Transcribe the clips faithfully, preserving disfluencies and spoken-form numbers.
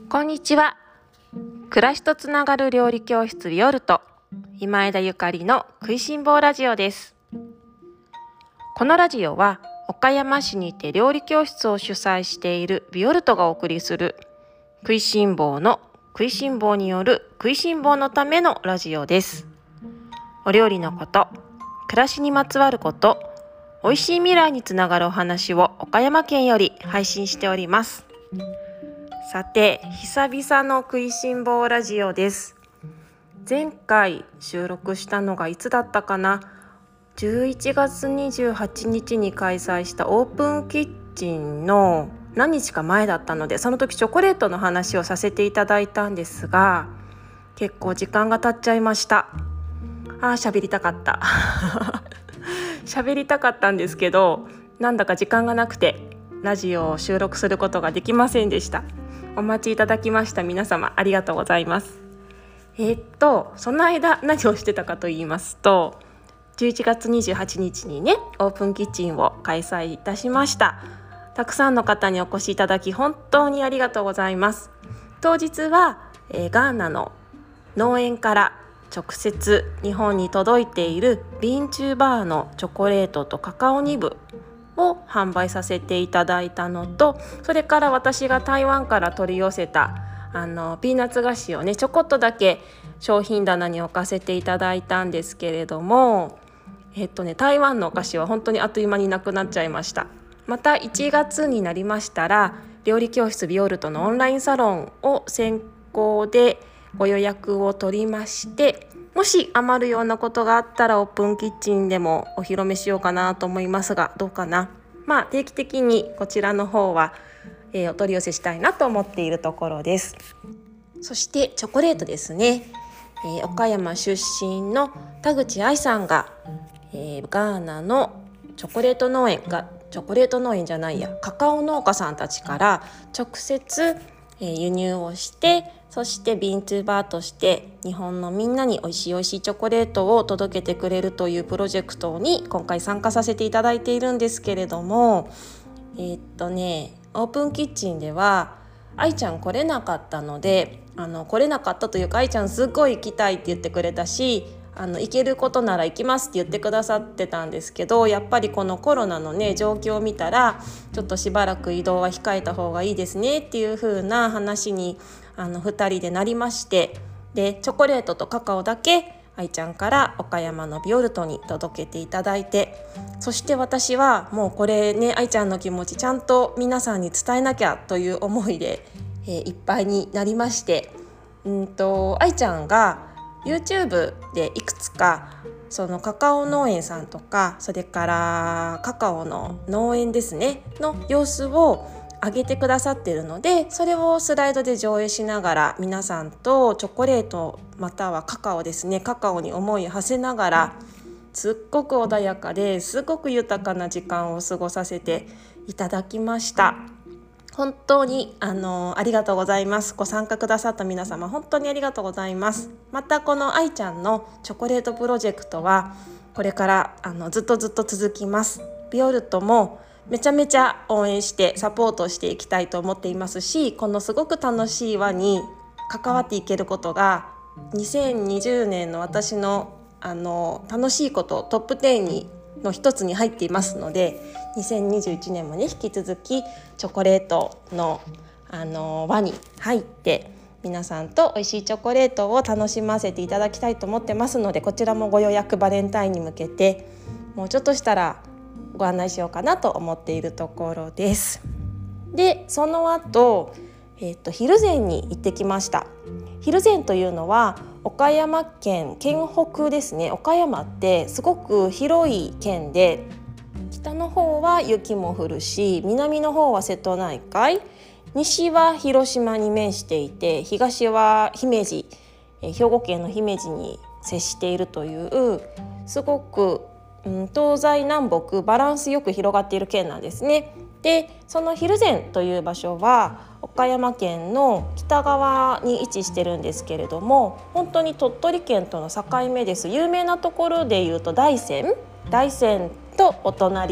こんにちは。暮らしとつながる料理教室ビオルト、今枝ゆかりの食いしん坊ラジオです。このラジオは岡山市にて料理教室を主催しているビオルトがお送りする食いしん坊の食いしん坊による食いしん坊のためのラジオです。お料理のこと、暮らしにまつわること、美味しい未来につながるお話を岡山県より配信しております。さて、久々の食いしん坊ラジオです。前回収録したのがいつだったかな。じゅういちがつにじゅうはちにちに開催したオープンキッチンの何日か前だったので、その時チョコレートの話をさせていただいたんですが、結構時間が経っちゃいました。あー喋りたかった喋りたかったんですけど、なんだか時間がなくてラジオを収録することができませんでした。お待ちいただきました皆様、ありがとうございます。えー、っとその間何をしてたかと言いますと、じゅういちがつにじゅうはちにちにねオープンキッチンを開催いたしました。たくさんの方にお越しいただき本当にありがとうございます。当日は、えー、ガーナの農園から直接日本に届いているビーンチューバーのチョコレートとカカオニブを販売させていただいたのと、それから私が台湾から取り寄せたあのピーナッツ菓子をねちょこっとだけ商品棚に置かせていただいたんですけれども、えっとね台湾のお菓子は本当にあっという間になくなっちゃいました。またいちがつになりましたら、料理教室ビオルトのオンラインサロンを先行でご予約を取りまして、もし余るようなことがあったらオープンキッチンでもお披露目しようかなと思いますが、どうかな。まあ定期的にこちらの方は、えー、お取り寄せしたいなと思っているところです。そしてチョコレートですね、えー、岡山出身の田口愛さんが、えー、ガーナのチョコレート農園がチョコレート農園じゃないやカカオ農家さんたちから直接、えー、輸入をして、そしてビーントゥーバーとして日本のみんなに美味しい美味しいチョコレートを届けてくれるというプロジェクトに今回参加させていただいているんですけれども、えー、っとねオープンキッチンでは愛ちゃん来れなかったので、あの来れなかったというか愛ちゃんすっごい行きたいって言ってくれたし、あの行けることなら行きますって言ってくださってたんですけど、やっぱりこのコロナのね状況を見たらちょっとしばらく移動は控えた方がいいですねっていう風な話にあのふたりでなりまして、でチョコレートとカカオだけ愛ちゃんから岡山のビオルトに届けていただいて、そして私はもうこれね愛ちゃんの気持ちちゃんと皆さんに伝えなきゃという思いで、えー、いっぱいになりまして、うんと愛ちゃんが YouTube でいくつかそのカカオ農園さんとか、それからカカオの農園ですねの様子を上げてくださっているので、それをスライドで上映しながら皆さんとチョコレートまたはカカオですねカカオに思いを馳せながら、すっごく穏やかですごく豊かな時間を過ごさせていただきました。本当にあのありがとうございます。ご参加くださった皆様本当にありがとうございます。またこの愛ちゃんのチョコレートプロジェクトはこれからあのずっとずっと続きます。ビオルトもめちゃめちゃ応援してサポートしていきたいと思っていますし、このすごく楽しい輪に関わっていけることがにせんにじゅうねんの私の、あの楽しいことトップじゅうにの一つに入っていますので、にせんにじゅういちねんもね引き続きチョコレートの、あの輪に入って皆さんと美味しいチョコレートを楽しませていただきたいと思ってますので、こちらもご予約バレンタインに向けてもうちょっとしたらご案内しようかなと思っているところです。でその後、えー、と蒜山に行ってきました。蒜山というのは岡山県県北ですね。岡山ってすごく広い県で、北の方は雪も降るし、南の方は瀬戸内海、西は広島に面していて、東は姫路、兵庫県の姫路に接しているというすごく東西南北バランスよく広がっている県なんですね。でその蒜山という場所は岡山県の北側に位置してるんですけれども、本当に鳥取県との境目です。有名なところでいうと大山大山とお隣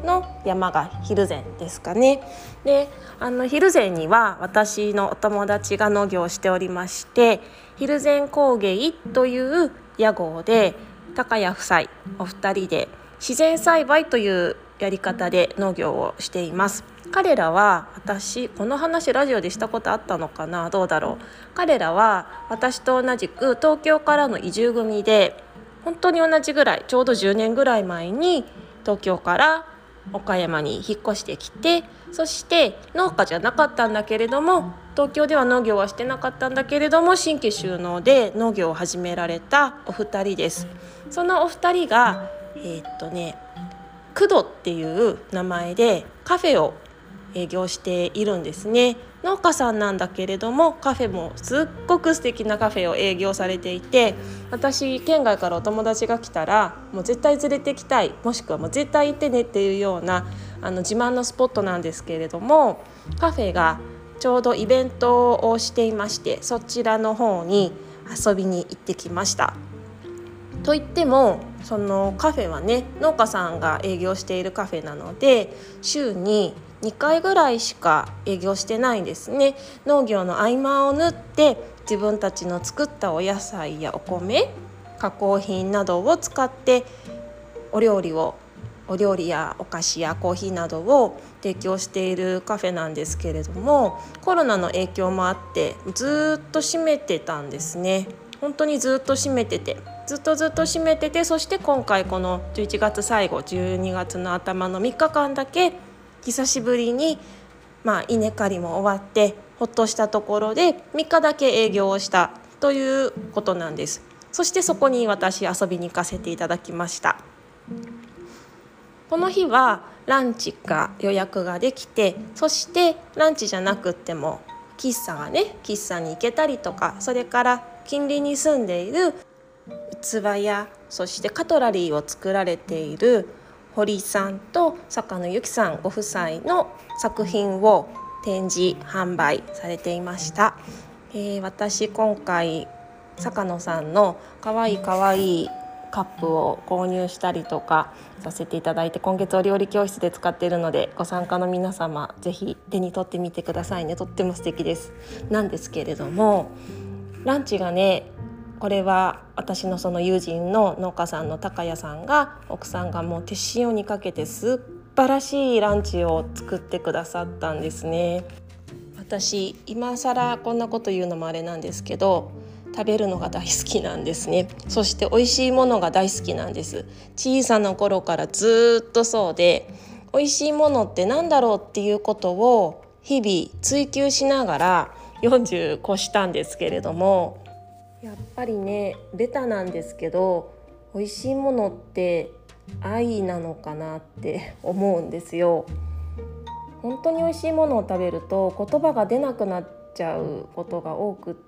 の山が蒜山ですかね。で、あの蒜山には私のお友達が農業をしておりまして、蒜山工芸という屋号で高谷夫妻お二人で自然栽培というやり方で農業をしています。彼らは私この話ラジオでしたことあったのかな、どうだろう。彼らは私と同じく東京からの移住組で、本当に同じぐらい、ちょうどじゅうねんぐらい前に東京から岡山に引っ越してきて、そして農家じゃなかったんだけれども、東京では農業はしてなかったんだけれども新規就農で農業を始められたお二人です。そのお二人がえー、っとねクドっていう名前でカフェを営業しているんですね。農家さんなんだけれどもカフェもすっごく素敵なカフェを営業されていて、私県外からお友達が来たらもう絶対連れてきたい、もしくはもう絶対行ってねっていうようなあの自慢のスポットなんですけれども、カフェがちょうどイベントをしていまして、そちらの方に遊びに行ってきました。といってもそのカフェはね、農家さんが営業しているカフェなので週ににかいぐらいしか営業してないんですね。農業の合間を縫って自分たちの作ったお野菜やお米、加工品などを使ってお料理をお料理やお菓子やコーヒーなどを提供しているカフェなんですけれども、コロナの影響もあってずっと閉めてたんですね。本当にずっと閉めててずっとずっと閉めてて、そして今回このじゅういちがつ最後じゅうにがつの頭のみっかかんだけ久しぶりに、まあ、稲刈りも終わってほっとしたところでみっかだけ営業をしたということなんです。そしてそこに私遊びに行かせていただきました。この日はランチが予約ができて、そしてランチじゃなくっても喫茶がね喫茶に行けたりとか、それから近隣に住んでいる器やそしてカトラリーを作られている堀さんと坂野由紀さんご夫妻の作品を展示販売されていました。えー、私今回坂野さんのかわいいかわいいカップを購入したりとかさせていただいて、今月お料理教室で使っているのでご参加の皆様ぜひ手に取ってみてくださいね。とっても素敵です。なんですけれども、ランチがね、これは私のその友人の農家さんの高谷さんが、奥さんがもう手塩にかけて素晴らしいランチを作ってくださったんですね。私今更こんなこと言うのもあれなんですけど、食べるのが大好きなんですね。そして美味しいものが大好きなんです。小さな頃からずっとそうで、美味しいものってなんだろうっていうことを日々追求しながらよんじゅう越したんですけれども、やっぱりねベタなんですけど、美味しいものって愛なのかなって思うんですよ。本当に美味しいものを食べると言葉が出なくなっちゃうことが多くって、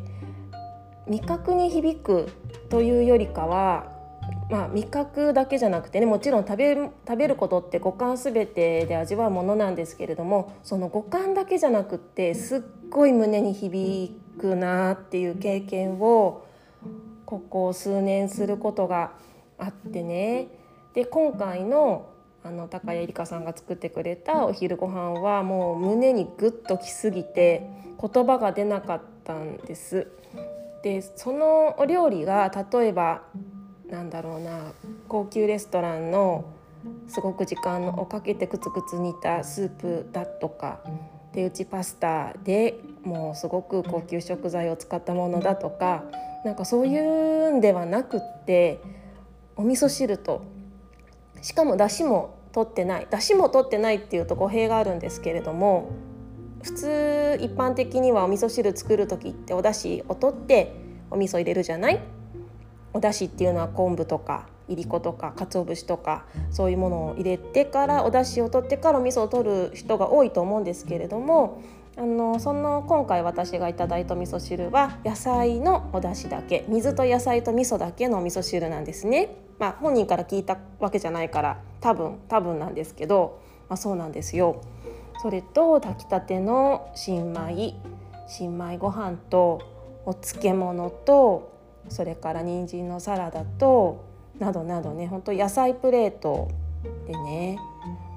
味覚に響くというよりかは、まあ、味覚だけじゃなくてね、もちろん食べる、食べることって五感すべてで味わうものなんですけれども、その五感だけじゃなくってすっごい胸に響くなっていう経験をここ数年することがあってね。で今回のあの高谷絵里香さんが作ってくれたお昼ご飯はもう胸にグッときすぎて言葉が出なかったんです。でそのお料理が例えばなんだろうな、高級レストランのすごく時間をかけてくつくつ煮たスープだとか、手打ちパスタでもうすごく高級食材を使ったものだとか、なんかそういうんではなくって、お味噌汁と、しかも出汁も取ってない出汁も取ってないっていうと語弊があるんですけれども、普通一般的にはお味噌汁作る時ってお出汁を取ってお味噌入れるじゃない。お出汁っていうのは昆布とかいりことか鰹節とかそういうものを入れてからお出汁を取ってからお味噌を取る人が多いと思うんですけれども、あのその今回私がいただいた味噌汁は野菜のお出汁だけ、水と野菜と味噌だけのお味噌汁なんですね。まあ本人から聞いたわけじゃないから多分多分なんですけど、まあ、そうなんですよ。それと炊きたての新米新米ご飯とお漬物と、それから人参のサラダとなどなどね、本当野菜プレートでね、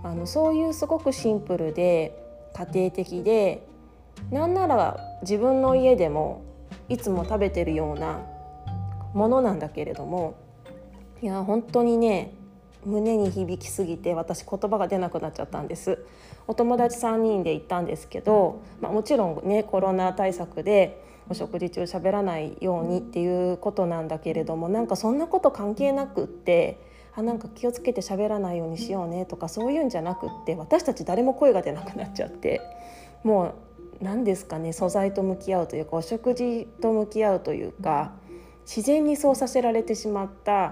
あのそういうすごくシンプルで家庭的で、なんなら自分の家でもいつも食べてるようなものなんだけれども、いや本当にね胸に響きすぎて私言葉が出なくなっちゃったんです。お友達さんにんで行ったんですけど、まあ、もちろんねコロナ対策でお食事中喋らないようにっていうことなんだけれども、なんかそんなこと関係なくって、あなんか気をつけて喋らないようにしようねとかそういうんじゃなくって、私たち誰も声が出なくなっちゃって、もう何ですかね、素材と向き合うというかお食事と向き合うというか、自然にそうさせられてしまった、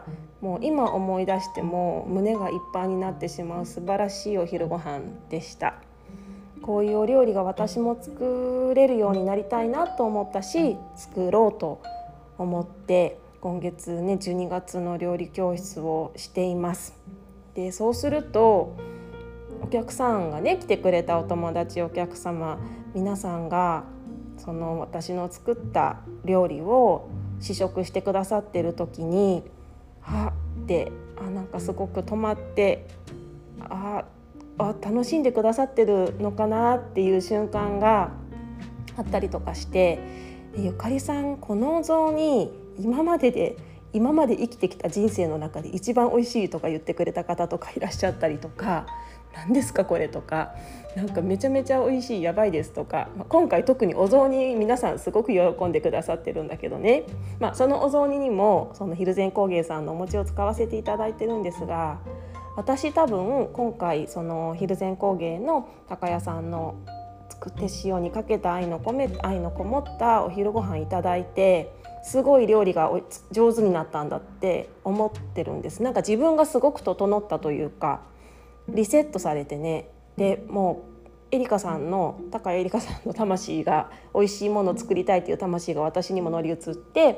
もう今思い出しても胸がいっぱいになってしまう素晴らしいお昼ご飯でした。こういうお料理が私も作れるようになりたいなと思ったし、作ろうと思って今月ねじゅうにがつの料理教室をしています。でそうするとお客さんがね来てくれたお友達お客様皆さんがその私の作った料理を試食してくださってる時に、はってあなんかすごく止まって、ああ楽しんでくださってるのかなっていう瞬間があったりとかして、ゆかりさんこのお雑煮今までで今まで生きてきた人生の中で一番美味しいとか言ってくれた方とかいらっしゃったりとか、何ですかこれとか、なんかめちゃめちゃ美味しいやばいですとか、まあ、今回特にお雑煮皆さんすごく喜んでくださってるんだけどね、まあ、そのお雑煮にもその蒜山工芸さんのお餅を使わせていただいてるんですが、私多分今回その蒜山工芸の高谷さんの作って塩にかけた愛の込め愛のこもったお昼ご飯いただいて、すごい料理が上手になったんだって思ってるんです。なんか自分がすごく整ったというかリセットされてね、でもうエリカさんの高谷エリカさんの魂が美味しいものを作りたいという魂が私にも乗り移って、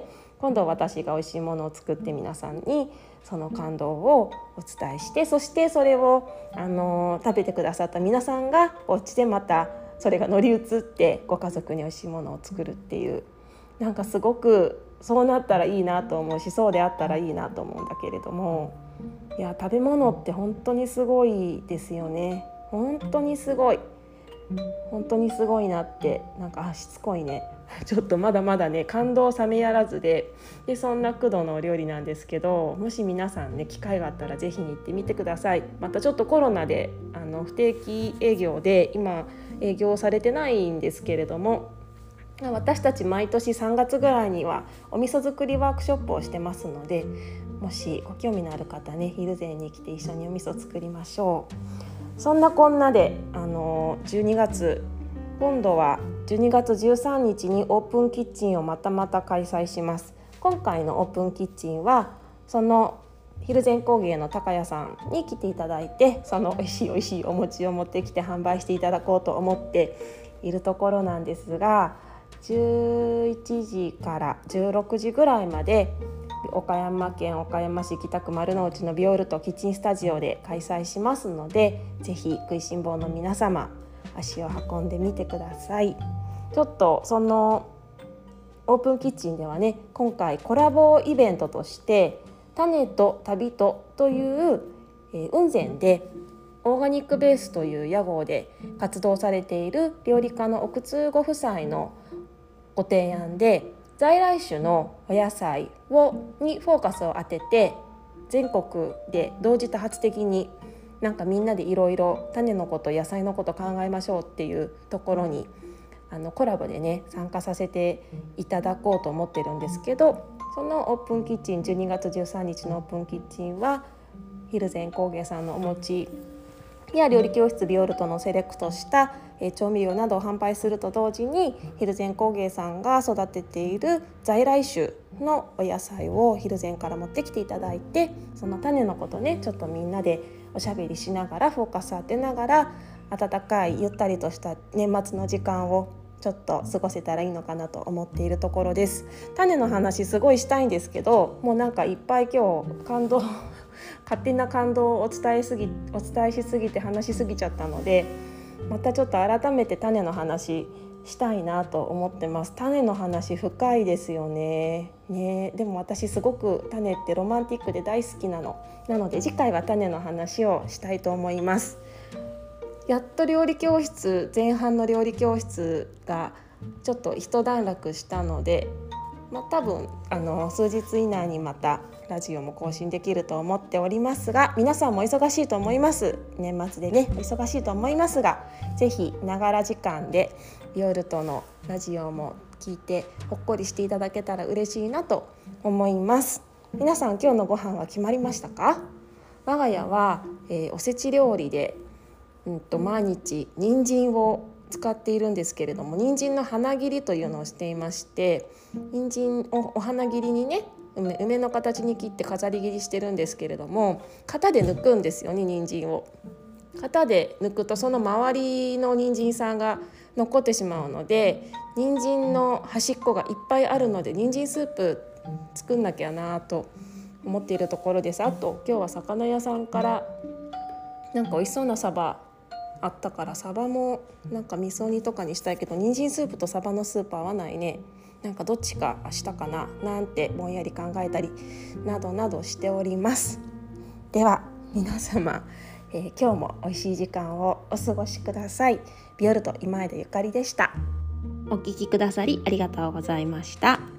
今度は私が美味しいものを作って皆さんにその感動をお伝えして、そしてそれを、あのー、食べてくださった皆さんがお家でまたそれが乗り移ってご家族に美味しいものを作るっていう、なんかすごくそうなったらいいなと思うし、そうであったらいいなと思うんだけれども、いや食べ物って本当にすごいですよね。本当にすごい本当にすごいなって、なんかあしつこいねちょっとまだまだね感動冷めやらずで、でそんな工藤のお料理なんですけど、もし皆さんね機会があったらぜひに行ってみてください。またちょっとコロナであの不定期営業で今営業されてないんですけれども、私たち毎年さんがつぐらいにはお味噌作りワークショップをしてますので、もしご興味のある方ね蒜山に来て一緒にお味噌作りましょう。そんなこんなであのじゅうにがつ今度はじゅうにがつじゅうさんにちにオープンキッチンをまたまた開催します。今回のオープンキッチンはその蒜山工芸の高谷さんに来ていただいて、その美味しい美味しいお餅を持ってきて販売していただこうと思っているところなんですが、じゅういちじからじゅうろくじぐらいまで岡山県岡山市北区丸の内のビオルトキッチンスタジオで開催しますので、ぜひ食いしん坊の皆様足を運んでみてください。ちょっとそのオープンキッチンではね、今回コラボイベントとして種と旅とという、えー、雲仙でオーガニックベースという屋号で活動されている料理家の奥津ご夫妻のご提案で、在来種のお野菜をにフォーカスを当てて全国で同時多発的になんかみんなでいろいろ種のこと野菜のこと考えましょうっていうところにあのコラボでね参加させていただこうと思ってるんですけど、そのオープンキッチンじゅうにがつじゅうさんにちのオープンキッチンは蒜山工芸さんのお餅や料理教室ビオルトのセレクトした調味料などを販売すると同時に、蒜山工芸さんが育てている在来種のお野菜を蒜山から持ってきていただいて、その種のことねちょっとみんなでおしゃべりしながらフォーカス当てながら温かいゆったりとした年末の時間をちょっと過ごせたらいいのかなと思っているところです。種の話すごいしたいんですけど、もうなんかいっぱい今日感動勝手な感動をお伝えすぎお伝えしすぎて話しすぎちゃったので、またちょっと改めて種の話したいなと思ってます。種の話深いですよね。ね、でも私すごく種ってロマンティックで大好きなのなので、次回は種の話をしたいと思います。 やっと料理教室、前半の料理教室がちょっと一段落したので、まあ、多分あの数日以内にまたラジオも更新できると思っておりますが、皆さんも忙しいと思います。年末でね忙しいと思いますが、ぜひながら時間でビオルトのラジオも聞いてほっこりしていただけたら嬉しいなと思います。皆さん今日のご飯は決まりましたか？我が家は、えー、おせち料理で、うんと、毎日人参を使っているんですけれども、人参の花切りというのをしていまして、人参をお花切りにね、梅, 梅の形に切って飾り切りしてるんですけれども、型で抜くんですよね。人参を型で抜くとその周りの人参さんが残ってしまうので、人参の端っこがいっぱいあるので人参スープ作んなきゃなと思っているところです。あと今日は魚屋さんからなんか美味しそうなサバあったから、サバもなんか味噌煮とかにしたいけど、人参スープとサバのスープ合わないね。なんかどっちか明日かななんてぼんやり考えたりなどなどしております。では皆様、えー、今日も美味しい時間をお過ごしください。ビオルト今枝ゆかりでした。お聞きくださりありがとうございました。